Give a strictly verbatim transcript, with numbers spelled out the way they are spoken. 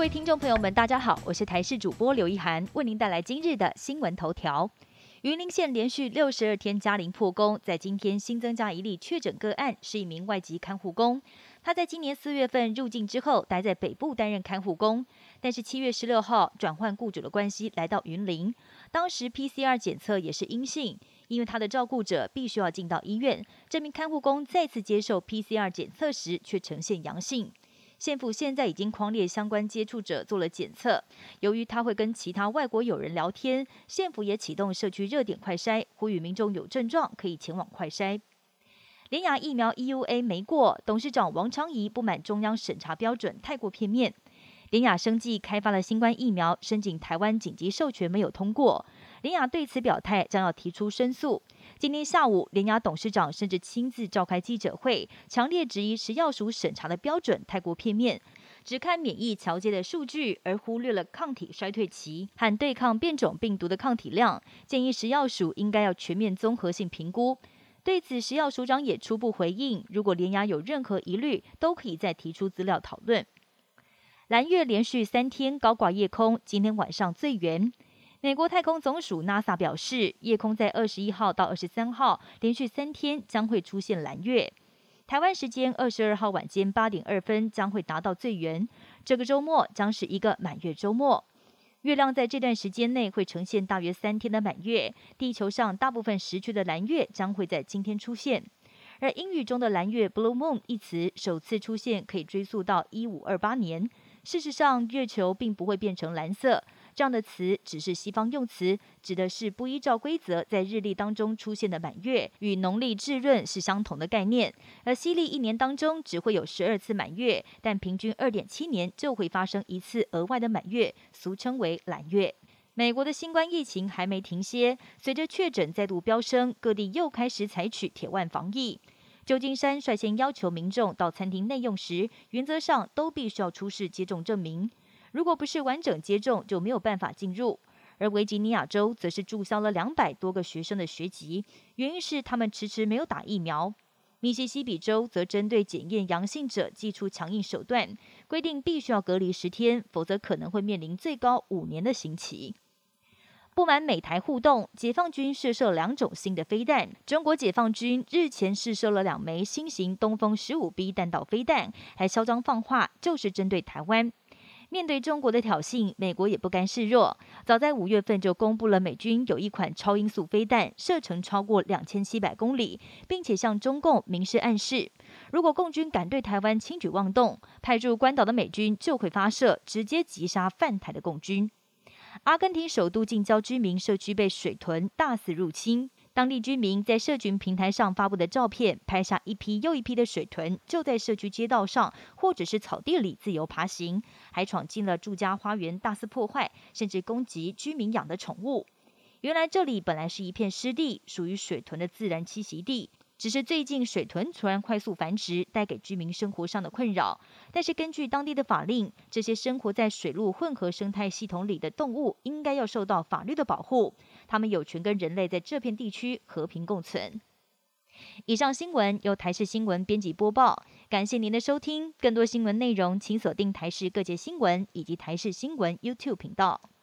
位听众朋友们，大家好，我是台视主播刘一涵，为您带来今日的新闻头条。云林县连续六十二天加零破功，在今天新增加一例确诊个案，是一名外籍看护工。他在今年四月份入境之后，待在北部担任看护工，但是七月十六号转换雇主的关系来到云林，当时 P C R 检测也是阴性，因为他的照顾者必须要进到医院，这名看护工再次接受 P C R 检测时却呈现阳性。县府现在已经匡列相关接触者做了检测，由于他会跟其他外国友人聊天，县府也启动社区热点快筛，呼吁民众有症状可以前往快筛。联亚疫苗 E U A 没过，董事长王昌仪不满中央审查标准太过片面。联亚生技开发了新冠疫苗，申请台湾紧急授权没有通过，联亚对此表态将要提出申诉。今天下午，联亚董事长甚至亲自召开记者会，强烈质疑食药署审查的标准太过片面，只看免疫桥接的数据，而忽略了抗体衰退期和对抗变种病毒的抗体量，建议食药署应该要全面综合性评估。对此，食药署长也初步回应，如果联亚有任何疑虑，都可以再提出资料讨论。蓝月连续三天高挂夜空，今天晚上最圆。美国太空总署 NASA 表示，夜空在二十一号到二十三号连续三天将会出现蓝月。台湾时间二十二号晚间八点二分将会达到最圆，这个周末将是一个满月周末。月亮在这段时间内会呈现大约三天的满月，地球上大部分时区的蓝月将会在今天出现。而英语中的蓝月 Blue Moon 一词首次出现可以追溯到一五二八年。事实上，月球并不会变成蓝色，这样的词只是西方用词，指的是不依照规则在日历当中出现的满月，与农历至闰是相同的概念。而西历一年当中只会有十二次满月，但平均 二点七年就会发生一次额外的满月，俗称为蓝月。美国的新冠疫情还没停歇，随着确诊再度飙升，各地又开始采取铁腕防疫。旧金山率先要求民众到餐厅内用时，原则上都必须要出示接种证明，如果不是完整接种，就没有办法进入。而维吉尼亚州则是注销了两百多个学生的学籍，原因是他们迟迟没有打疫苗。密西西比州则针对检验阳性者祭出强硬手段，规定必须要隔离十天，否则可能会面临最高五年的刑期。不满美台互动，解放军试射两种新的飞弹。中国解放军日前试射了两枚新型东风 十五 B 弹道飞弹，还嚣张放话就是针对台湾。面对中国的挑衅，美国也不甘示弱，早在五月份就公布了美军有一款超音速飞弹，射程超过两千七百公里，并且向中共明示暗示，如果共军敢对台湾轻举妄动，派驻关岛的美军就会发射，直接击杀犯台的共军。阿根廷首都近郊居民社区被水豚大肆入侵，当地居民在社群平台上发布的照片，拍下一批又一批的水豚就在社区街道上或者是草地里自由爬行，还闯进了住家花园大肆破坏，甚至攻击居民养的宠物。原来这里本来是一片湿地，属于水豚的自然栖息地，只是最近水豚突然快速繁殖，带给居民生活上的困扰。但是根据当地的法令，这些生活在水陆混合生态系统里的动物应该要受到法律的保护，它们有权跟人类在这片地区和平共存。以上新闻由台视新闻编辑播报，感谢您的收听。更多新闻内容请锁定台视各界新闻以及台视新闻 YouTube 频道。